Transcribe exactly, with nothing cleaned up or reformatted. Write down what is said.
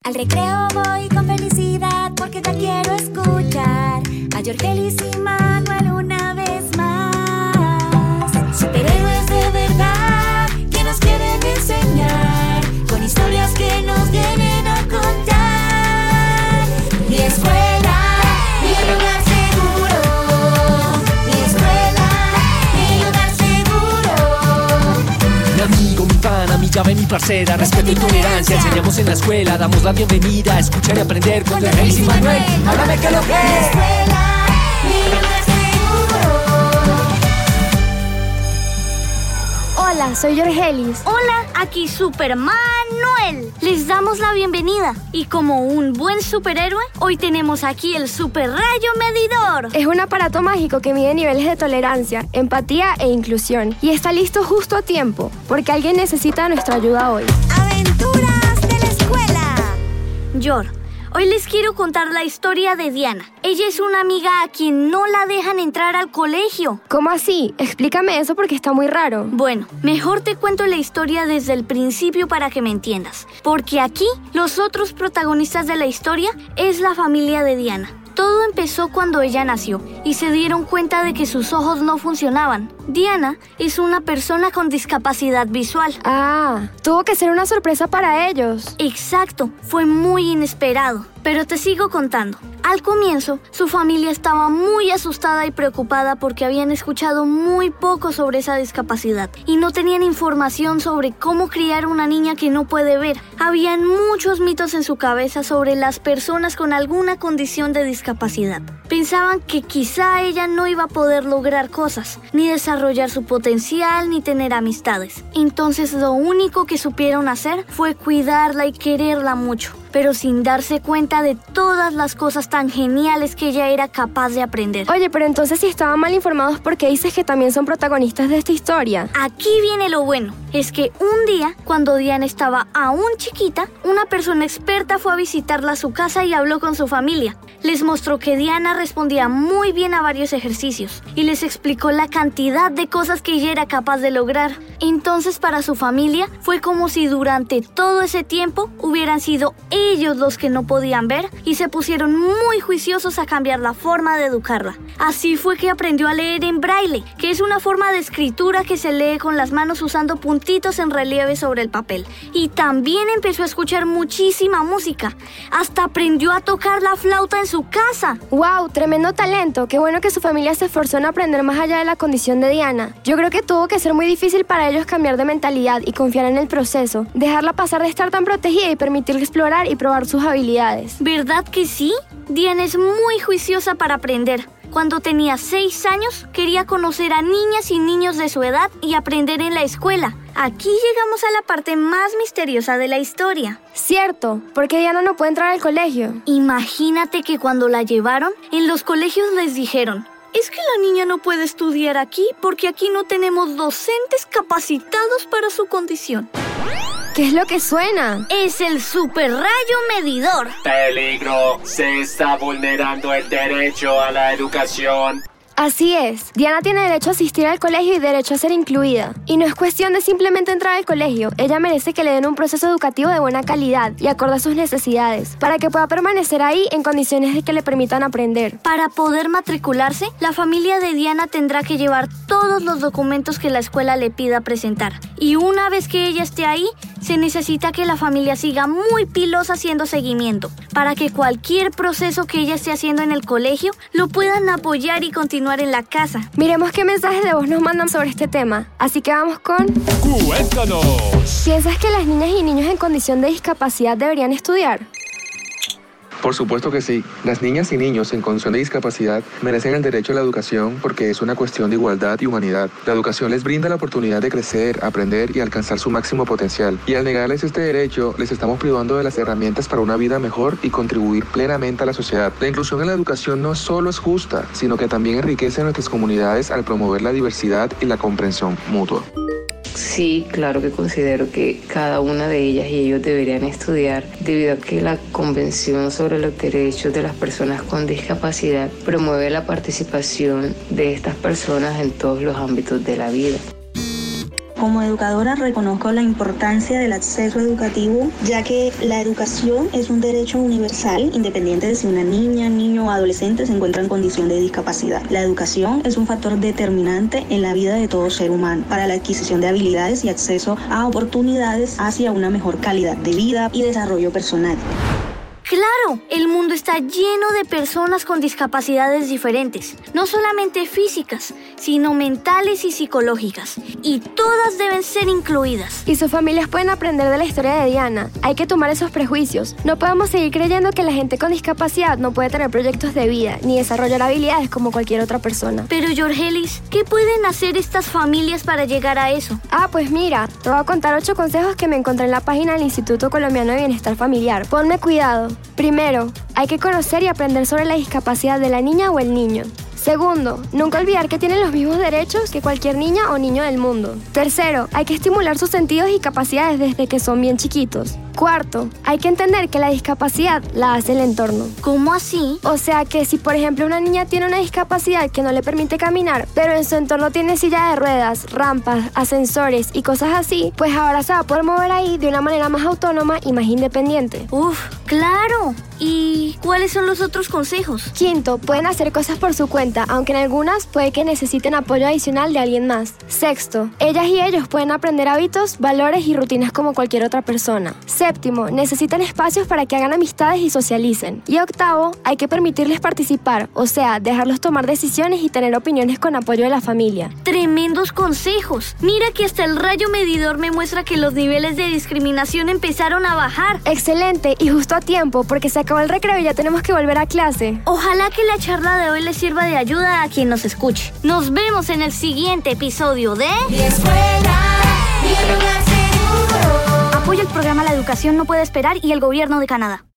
Al recreo voy con felicidad porque ya quiero escuchar a Yorgelis y Manuel una vez más. Superhéroes de verdad que nos quieren enseñar con historias que nos vienen a contar. Mi escuela, mi lugar seguro. Mi escuela, mi lugar seguro. Mi amigo, mi pana, mi llave, mi parcera, respeto y tolerancia. Enseñamos en la escuela, damos la bienvenida a escuchar y aprender con Yorgelis y Manuel. Háblame que lo que Mi es. escuela, mi lugar seguro. Hola, soy Yorgelis. Hola, aquí Super Manuel. Les damos la bienvenida. Y como un buen superhéroe, hoy tenemos aquí el Super Rayo Medidor. Es un aparato mágico que mide niveles de tolerancia, empatía e inclusión. Y está listo justo a tiempo, porque alguien necesita nuestra ayuda hoy. Aventuras de la escuela. Yor, hoy les quiero contar la historia de Diana. Ella es una amiga a quien no la dejan entrar al colegio. ¿Cómo así? Explícame eso porque está muy raro. Bueno, mejor te cuento la historia desde el principio para que me entiendas. Porque aquí, los otros protagonistas de la historia es la familia de Diana. Todo empezó cuando ella nació y se dieron cuenta de que sus ojos no funcionaban. Diana es una persona con discapacidad visual. Ah, tuvo que ser una sorpresa para ellos. Exacto, fue muy inesperado. Pero te sigo contando. Al comienzo, su familia estaba muy asustada y preocupada porque habían escuchado muy poco sobre esa discapacidad y no tenían información sobre cómo criar una niña que no puede ver. Habían muchos mitos en su cabeza sobre las personas con alguna condición de discapacidad. Pensaban que quizá ella no iba a poder lograr cosas, ni desarrollar su potencial, ni tener amistades. Entonces lo único que supieron hacer fue cuidarla y quererla mucho, pero sin darse cuenta de todas las cosas tan geniales que ella era capaz de aprender. Oye, pero entonces si estaban mal informados, ¿por qué dices que también son protagonistas de esta historia? Aquí viene lo bueno. Es que un día, cuando Diana estaba aún chiquita, una persona experta fue a visitarla a su casa y habló con su familia. Les mostró que Diana respondía muy bien a varios ejercicios y les explicó la cantidad de cosas que ella era capaz de lograr. Entonces, para su familia, fue como si durante todo ese tiempo hubieran sido ellos los que no podían ver y se pusieron muy juiciosos a cambiar la forma de educarla. Así fue que aprendió a leer en braille, que es una forma de escritura que se lee con las manos usando puntitos en relieve sobre el papel. Y también empezó a escuchar muchísima música. Hasta aprendió a tocar la flauta en su casa. ¡Wow! Tremendo talento. Qué bueno que su familia se esforzó en aprender más allá de la condición de Diana. Yo creo que tuvo que ser muy difícil para ellos cambiar de mentalidad y confiar en el proceso. Dejarla pasar de estar tan protegida y permitirle explorar y probar sus habilidades. ¿Verdad que sí? Diana es muy juiciosa para aprender. Cuando tenía seis años, quería conocer a niñas y niños de su edad y aprender en la escuela. Aquí llegamos a la parte más misteriosa de la historia. Cierto, porque Diana no puede entrar al colegio. Imagínate que cuando la llevaron, en los colegios les dijeron: es que la niña no puede estudiar aquí porque aquí no tenemos docentes capacitados para su condición. ¿Qué es lo que suena? Es el Super Rayo Medidor. Peligro, se está vulnerando el derecho a la educación. Así es, Diana tiene derecho a asistir al colegio y derecho a ser incluida. Y no es cuestión de simplemente entrar al colegio, ella merece que le den un proceso educativo de buena calidad y acorde a sus necesidades, para que pueda permanecer ahí en condiciones de que le permitan aprender. Para poder matricularse, la familia de Diana tendrá que llevar todos los documentos que la escuela le pida presentar. Y una vez que ella esté ahí, se necesita que la familia siga muy pilosa haciendo seguimiento, para que cualquier proceso que ella esté haciendo en el colegio lo puedan apoyar y continuar en la casa. Miremos qué mensajes de voz nos mandan sobre este tema. Así que vamos con... ¡Cuéntanos! ¿Piensas que las niñas y niños en condición de discapacidad deberían estudiar? Por supuesto que sí. Las niñas y niños en condición de discapacidad merecen el derecho a la educación porque es una cuestión de igualdad y humanidad. La educación les brinda la oportunidad de crecer, aprender y alcanzar su máximo potencial. Y al negarles este derecho, les estamos privando de las herramientas para una vida mejor y contribuir plenamente a la sociedad. La inclusión en la educación no solo es justa, sino que también enriquece a nuestras comunidades al promover la diversidad y la comprensión mutua. Sí, claro que considero que cada una de ellas y ellos deberían estudiar debido a que la Convención sobre los Derechos de las Personas con Discapacidad promueve la participación de estas personas en todos los ámbitos de la vida. Como educadora reconozco la importancia del acceso educativo, ya que la educación es un derecho universal, independiente de si una niña, niño o adolescente se encuentra en condición de discapacidad. La educación es un factor determinante en la vida de todo ser humano para la adquisición de habilidades y acceso a oportunidades hacia una mejor calidad de vida y desarrollo personal. ¡Claro! El mundo está lleno de personas con discapacidades diferentes, no solamente físicas, sino mentales y psicológicas, y todas deben ser incluidas. Y sus familias pueden aprender de la historia de Diana. Hay que tomar esos prejuicios. No podemos seguir creyendo que la gente con discapacidad no puede tener proyectos de vida, ni desarrollar habilidades como cualquier otra persona. Pero, Yorgelis, ¿qué pueden hacer estas familias para llegar a eso? Ah, pues mira, te voy a contar ocho consejos que me encontré en la página del Instituto Colombiano de Bienestar Familiar. Ponme cuidado. Primero, hay que conocer y aprender sobre la discapacidad de la niña o el niño. Segundo, nunca olvidar que tienen los mismos derechos que cualquier niña o niño del mundo. Tercero, hay que estimular sus sentidos y capacidades desde que son bien chiquitos. Cuarto, hay que entender que la discapacidad la hace el entorno. ¿Cómo así? O sea que si por ejemplo una niña tiene una discapacidad que no le permite caminar, pero en su entorno tiene silla de ruedas, rampas, ascensores y cosas así, pues ahora se va a poder mover ahí de una manera más autónoma y más independiente. Uf, claro. ¿Y cuáles son los otros consejos? Quinto, pueden hacer cosas por su cuenta, aunque en algunas puede que necesiten apoyo adicional de alguien más. Sexto, ellas y ellos pueden aprender hábitos, valores y rutinas como cualquier otra persona. Séptimo, necesitan espacios para que hagan amistades y socialicen. Y octavo, hay que permitirles participar, o sea, dejarlos tomar decisiones y tener opiniones con apoyo de la familia. ¡Tremendos consejos! Mira que hasta el rayo medidor me muestra que los niveles de discriminación empezaron a bajar. ¡Excelente! Y justo a tiempo, porque se acabó el recreo y ya tenemos que volver a clase. Ojalá que la charla de hoy les sirva de ayuda a quien nos escuche. Nos vemos en el siguiente episodio de... Mi escuela, mi lugar seguro. Apoya el programa La Educación No Puede Esperar y el Gobierno de Canadá.